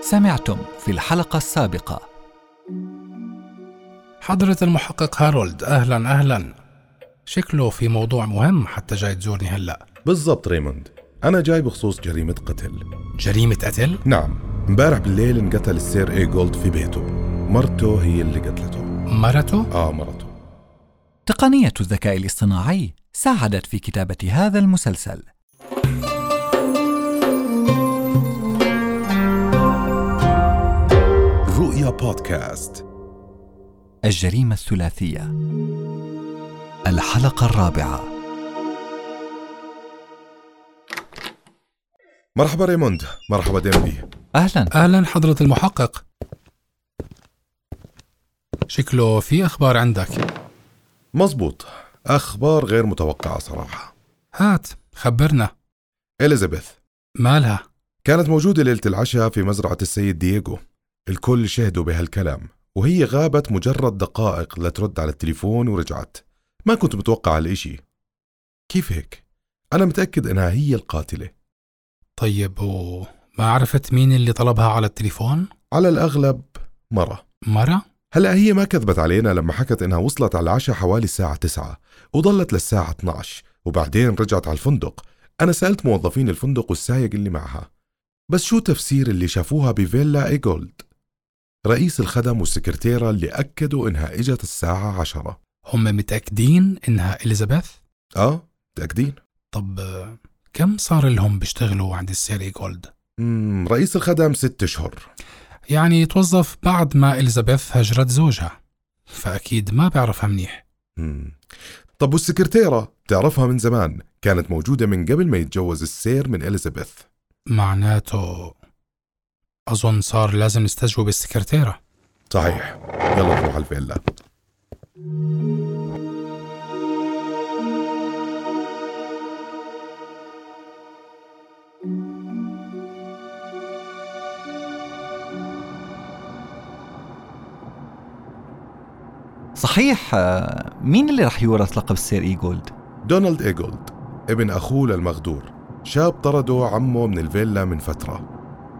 سمعتم في الحلقة السابقة. حضرة المحقق هارولد، أهلا. شكله في موضوع مهم حتى جاي تزورني هلأ. بالضبط ريموند، أنا جاي بخصوص جريمة قتل. جريمة قتل؟ نعم، امبارح بالليل انقتل السير إيغولد في بيته. مرته هي اللي قتلته. مرته؟ مرته. تقنية الذكاء الاصطناعي ساعدت في كتابة هذا المسلسل. رؤيا بودكاست. الجريمة الثلاثية، الحلقة الرابعة. مرحبا ريموند. مرحبا ديمبي. أهلا حضرة المحقق. شكله في أخبار عندك. مزبوط، أخبار غير متوقعة صراحة. هات خبرنا. إليزابيث مالها؟ كانت موجودة ليلة العشاء في مزرعة السيد دييغو. الكل شهدوا بهالكلام، وهي غابت مجرد دقائق لترد على التليفون ورجعت. ما كنت متوقع على الإشي. كيف هيك؟ أنا متأكد إنها هي القاتلة. طيب، وما عرفت مين اللي طلبها على التليفون؟ على الأغلب مرة؟ هلأ هي ما كذبت علينا لما حكت إنها وصلت على العشاء حوالي الساعة 9 وظلت للساعة 12 وبعدين رجعت على الفندق. أنا سألت موظفين الفندق والسايق اللي معها، بس شو تفسير اللي شافوها بفيلا إيغولد؟ رئيس الخدم والسكرتيرة اللي أكدوا إنها إجت الساعة 10. هم متأكدين إنها إليزابيث؟ متأكدين. طب كم صار لهم بيشتغلوا عند السير إيغولد؟ رئيس الخدم 6 أشهر. يعني توظف بعد ما إليزابيث هجرت زوجها، فأكيد ما بعرفها منيح. طب والسكرتيرة بتعرفها من زمان، كانت موجودة من قبل ما يتجوز السير من إليزابيث. معناته أظن صار لازم نستجوب السكرتيرة. صحيح، يلا نروح على الفيلا. صحيح، مين اللي رح يورث لقب السير إيغولد؟ دونالد إيغولد، ابن أخوه للمغدور. شاب طرده عمه من الفيلا من فترة.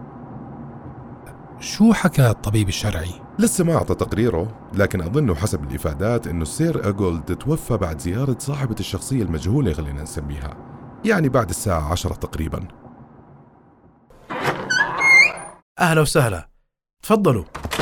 شو حكى الطبيب الشرعي؟ لسه ما أعطى تقريره، لكن أظنه حسب الإفادات إنه السير إيغولد توفى بعد زيارة صاحبة الشخصية المجهولة، خلينا نسميها، يعني بعد الساعة 10 تقريبا. أهلا وسهلا، تفضلوا.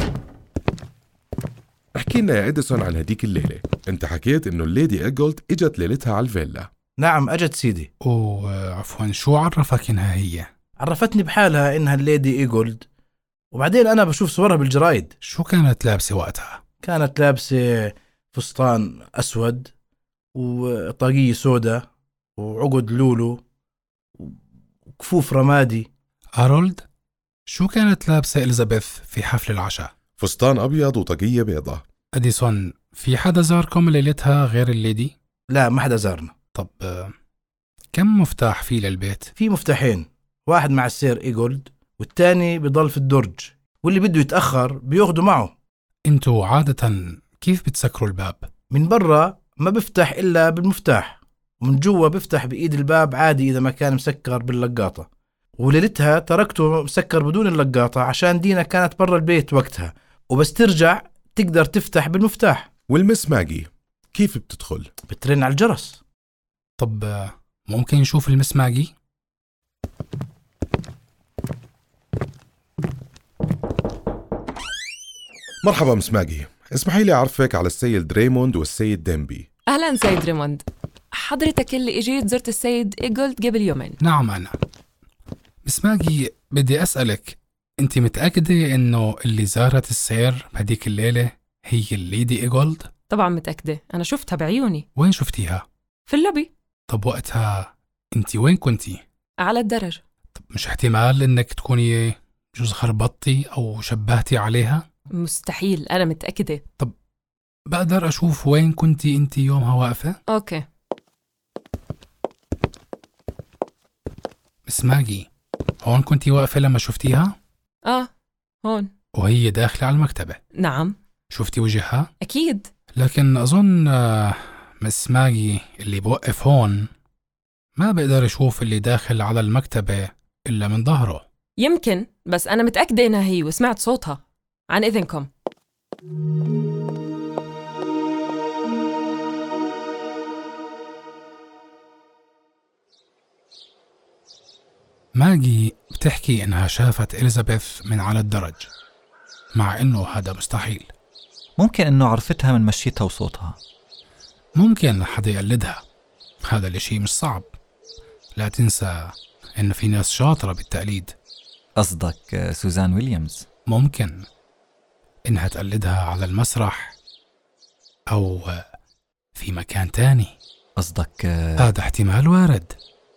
احكي لنا يا إديسون عن هديك الليلة. انت حكيت إنه الليدي إيغولد إجت ليلتها على الفيلا. نعم، أجت سيدي. عفوا، شو عرفك إنها هي؟ عرفتني بحالها إنها الليدي إيغولد، وبعدين أنا بشوف صورها بالجرايد. شو كانت لابسة وقتها؟ كانت لابسة فستان أسود وطاقية سوداء وعقد لولو وكفوف رمادي. هارولد، شو كانت لابسة إليزابيث في حفل العشاء؟ فستان أبيض وطاقية بيضة. أديسون، في حدا زاركم ليلتها غير الليدي؟ لا، ما حدا زارنا. طب كم مفتاح فيه للبيت؟ في مفتاحين، واحد مع السير إيغولد والتاني بضل في الدرج، واللي بده يتأخر بياخده معه. انتوا عادة كيف بتسكروا الباب؟ من برا ما بفتح إلا بالمفتاح، ومن جوا بفتح بإيد الباب عادي إذا ما كان مسكر باللقاطة. وليلتها تركته مسكر بدون اللقاطة عشان دينا كانت برا البيت وقتها، وبس ترجع تقدر تفتح بالمفتاح. والمس ماجي كيف بتدخل؟ بترن على الجرس. طب ممكن نشوف المس ماجي؟ مرحبا مس ماجي، اسمحي لي أعرفك على السيد ريموند والسيد ديمبي. أهلاً سيد ريموند، حضرتك اللي إجيت زرت السيد إيغولد قبل يومين؟ نعم أنا. مس ماجي، بدي أسألك، أنت متأكدة إنه اللي زارت السير بهديك الليلة هي الليدي إيغولد؟ طبعاً متأكدة، أنا شفتها بعيوني. وين شفتيها؟ في اللوبي. طب وقتها أنت وين كنتي؟ على الدرج. طب مش احتمال إنك تكوني جوز خربطتي أو شبهتي عليها؟ مستحيل، أنا متأكدة. طب بقدر أشوف وين كنتي أنت يومها واقفة؟ أوكي. مس ماجي، هون كنتي واقفة لما شفتيها؟ هون. وهي داخلة على المكتبة؟ نعم. شفتي وجهها؟ أكيد. لكن أظن مس ماجي اللي بوقف هون ما بقدر يشوف اللي داخل على المكتبة إلا من ظهره. يمكن، بس أنا متأكدة إنها هي وسمعت صوتها. عن إذنكم. ماجي بتحكي إنها شافت إليزابيث من على الدرج، مع إنه هذا مستحيل. ممكن إنه عرفتها من مشيتها وصوتها. ممكن حدا يقلدها، هذا الاشي مش صعب. لا تنسى إنه في ناس شاطرة بالتقليد. قصدك سوزان ويليامز؟ ممكن إنها تقلدها على المسرح أو في مكان تاني. قصدك هذا احتمال وارد.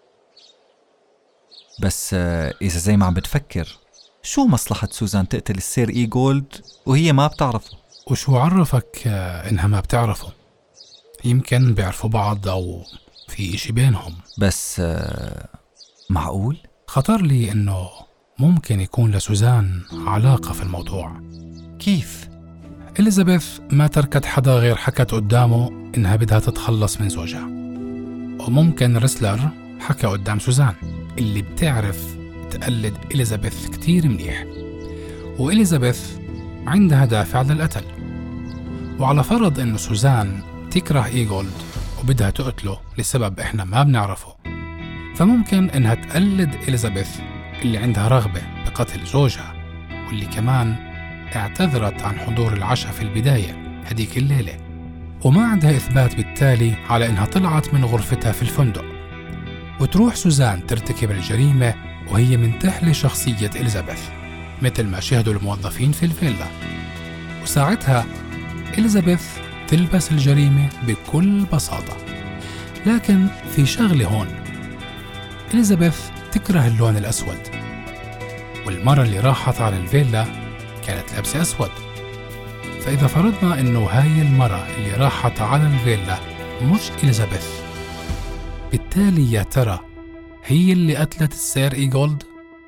بس إذا زي ما عم بتفكر، شو مصلحة سوزان تقتل السير إيغولد وهي ما بتعرفه؟ وشو عرفك إنها ما بتعرفه؟ يمكن بيعرفوا بعض أو في إشي بينهم. بس معقول؟ خطر لي إنه ممكن يكون لسوزان علاقة في الموضوع. كيف؟ إليزابيث ما تركت حدا غير حكت قدامه إنها بدها تتخلص من زوجها، وممكن ريسلر حكى قدام سوزان اللي بتعرف تقلد إليزابيث كتير منيح، وإليزابيث عندها دافع للقتل. وعلى فرض إنه سوزان تكره إيغولد وبدها تقتله لسبب إحنا ما بنعرفه، فممكن إنها تقلد إليزابيث اللي عندها رغبة بقتل زوجها، واللي كمان اعتذرت عن حضور العشاء في البداية هديك الليلة، وما عندها إثبات بالتالي على إنها طلعت من غرفتها في الفندق. وتروح سوزان ترتكب الجريمة وهي منتحلة شخصية إليزابيث مثل ما شاهدوا الموظفين في الفيلا، وساعتها إليزابيث تلبس الجريمة بكل بساطة. لكن في شغلة هون، إليزابيث تكره اللون الأسود، والمرة اللي راحت على الفيلا كانت لابسة أسود. فإذا فرضنا إنه هاي المرة اللي راحت على الفيلا مش إليزابيث، بالتالي يا ترى هي اللي قتلت السير إيغولد؟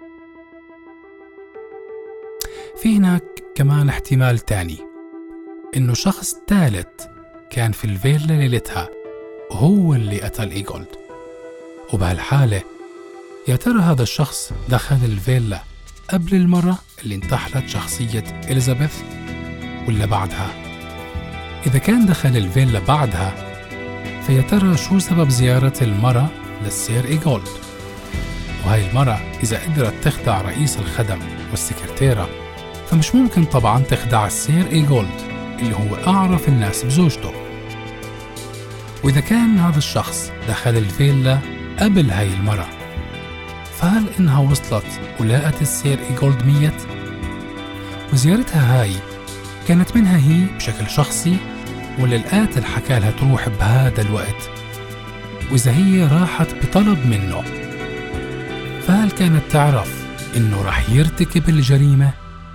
في هناك كمان احتمال تاني، إنه شخص ثالث كان في الفيلا ليلتها وهو اللي قتل إيغولد. وبهالحالة يا ترى هذا الشخص دخل الفيلا قبل المرة اللي انتحلت شخصية إليزابيث ولا بعدها؟ إذا كان دخل الفيلا بعدها، فيا ترى شو سبب زيارة المرة للسير إيغولد؟ وهاي المرة إذا قدرت تخدع رئيس الخدم والسكرتيرة، فمش ممكن طبعا تخدع السير إيغولد اللي هو أعرف الناس بزوجته. وإذا كان هذا الشخص دخل الفيلا قبل هاي المرة، فهل إنها وصلت ولقت السير إيغولد ميت؟ وزيارتها هاي كانت منها هي بشكل شخصي، ولا القاتل حكى لها تروح بهذا الوقت؟ وإذا هي راحت بطلب منه، فهل كانت تعرف إنه رح يرتكب الجريمة؟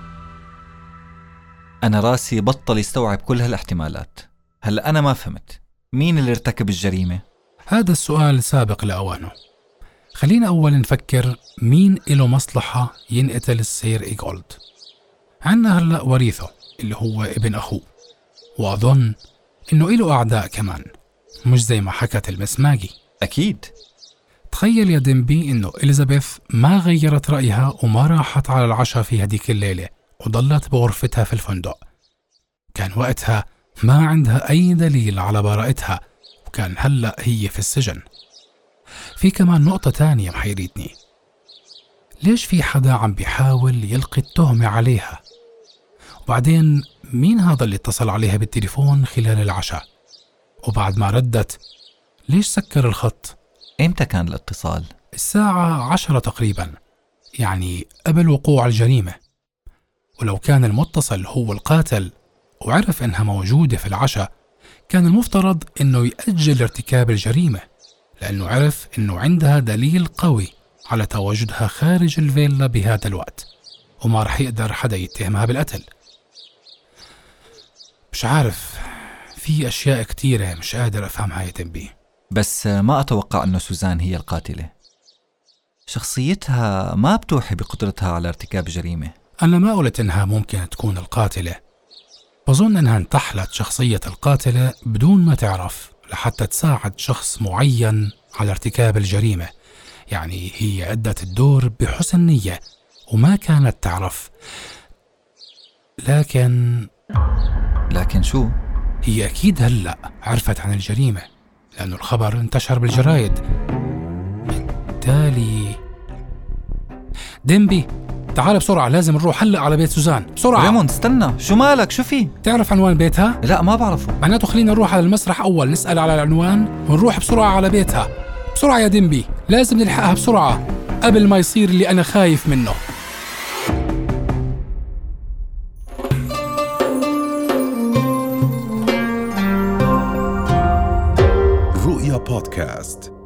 أنا راسي بطل يستوعب كل هالاحتمالات. هلأ أنا ما فهمت مين اللي ارتكب الجريمة؟ هذا السؤال سابق لأوانه. خلينا أول نفكر مين له مصلحة ينقتل السير إيغولد. عنا هلأ وريثه اللي هو ابن أخوه، وأظن إنه له أعداء كمان، مش زي ما حكت المس ماجي. أكيد. تخيل يا ديمبي إنه إليزابيث ما غيرت رأيها وما راحت على العشاء في هديك الليلة وضلت بغرفتها في الفندق. كان وقتها ما عندها أي دليل على براءتها، وكان هلأ هي في السجن. في كمان نقطة تانية محيرتني، ليش في حدا عم بيحاول يلقي التهمة عليها؟ وبعدين مين هذا اللي اتصل عليها بالتليفون خلال العشاء؟ وبعد ما ردت ليش سكر الخط؟ إمتى كان الاتصال؟ الساعة 10 تقريبا، يعني قبل وقوع الجريمة. ولو كان المتصل هو القاتل وعرف إنها موجودة في العشاء، كان المفترض إنه يأجل ارتكاب الجريمة، لأنه عرف إنه عندها دليل قوي على تواجدها خارج الفيلا بهذا الوقت، وما رح يقدر حدا يتهمها بالقتل. مش عارف، في أشياء كتيرة مش قادر أفهمها يا تنبيه. بس ما أتوقع أنه سوزان هي القاتلة. شخصيتها ما بتوحي بقدرتها على ارتكاب جريمة. أنا ما قلت إنها ممكن تكون القاتلة، بظن إنها انتحلت شخصية القاتلة بدون ما تعرف لحتى تساعد شخص معين على ارتكاب الجريمة. يعني هي أدت الدور بحسن نية وما كانت تعرف. لكن شو؟ هي أكيد هلأ عرفت عن الجريمة، لأنه الخبر انتشر بالجرايد. بالتالي ديمبي تعال بسرعة، لازم نروح هلأ على بيت سوزان بسرعة. ريموند استنى، شو مالك؟ شو في؟ تعرف عنوان بيتها؟ لا ما بعرفه. معناته خلينا نروح على المسرح أول، نسأل على العنوان ونروح بسرعة على بيتها. بسرعة يا ديمبي، لازم نلحقها بسرعة قبل ما يصير اللي أنا خايف منه. رؤيا بودكاست.